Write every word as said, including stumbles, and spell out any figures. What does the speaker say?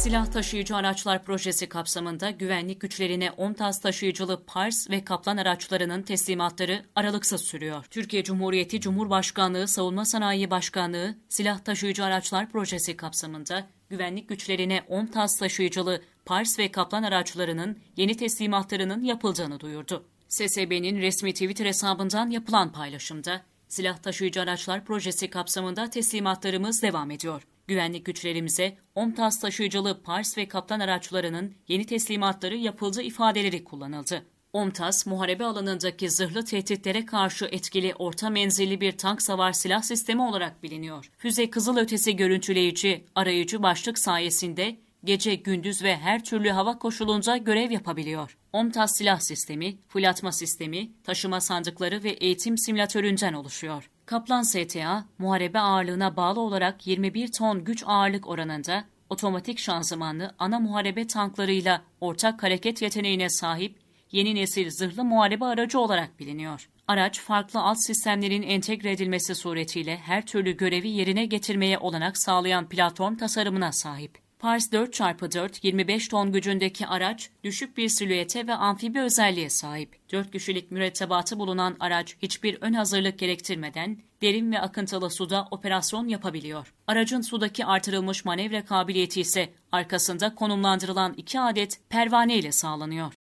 Silah taşıyıcı araçlar projesi kapsamında güvenlik güçlerine OMTAS taşıyıcılı Pars ve Kaplan araçlarının teslimatları aralıksız sürüyor. Türkiye Cumhuriyeti Cumhurbaşkanlığı Savunma Sanayi Başkanlığı, silah taşıyıcı araçlar projesi kapsamında güvenlik güçlerine OMTAS taşıyıcılı Pars ve Kaplan araçlarının yeni teslimatlarının yapıldığını duyurdu. S S B'nin resmi Twitter hesabından yapılan paylaşımda, silah taşıyıcı araçlar projesi kapsamında teslimatlarımız devam ediyor. Güvenlik güçlerimize OMTAS taşıyıcılı Pars ve Kaplan araçlarının yeni teslimatları yapıldığı ifadeleri kullanıldı. OMTAS, muharebe alanındaki zırhlı tehditlere karşı etkili orta menzilli bir tank savar silah sistemi olarak biliniyor. Füze kızılötesi görüntüleyici, arayıcı başlık sayesinde gece, gündüz ve her türlü hava koşulunda görev yapabiliyor. OMTAS silah sistemi, fırlatma sistemi, taşıma sandıkları ve eğitim simülatöründen oluşuyor. Kaplan S T A, muharebe ağırlığına bağlı olarak yirmi bir ton güç ağırlık oranında otomatik şanzımanlı ana muharebe tanklarıyla ortak hareket yeteneğine sahip yeni nesil zırhlı muharebe aracı olarak biliniyor. Araç, farklı alt sistemlerin entegre edilmesi suretiyle her türlü görevi yerine getirmeye olanak sağlayan platform tasarımına sahip. Pars dört çarpı dört yirmi beş ton gücündeki araç düşük bir silüete ve amfibi özelliğe sahip. dört kişilik mürettebatı bulunan araç hiçbir ön hazırlık gerektirmeden derin ve akıntılı suda operasyon yapabiliyor. Aracın sudaki artırılmış manevra kabiliyeti ise arkasında konumlandırılan iki adet pervane ile sağlanıyor.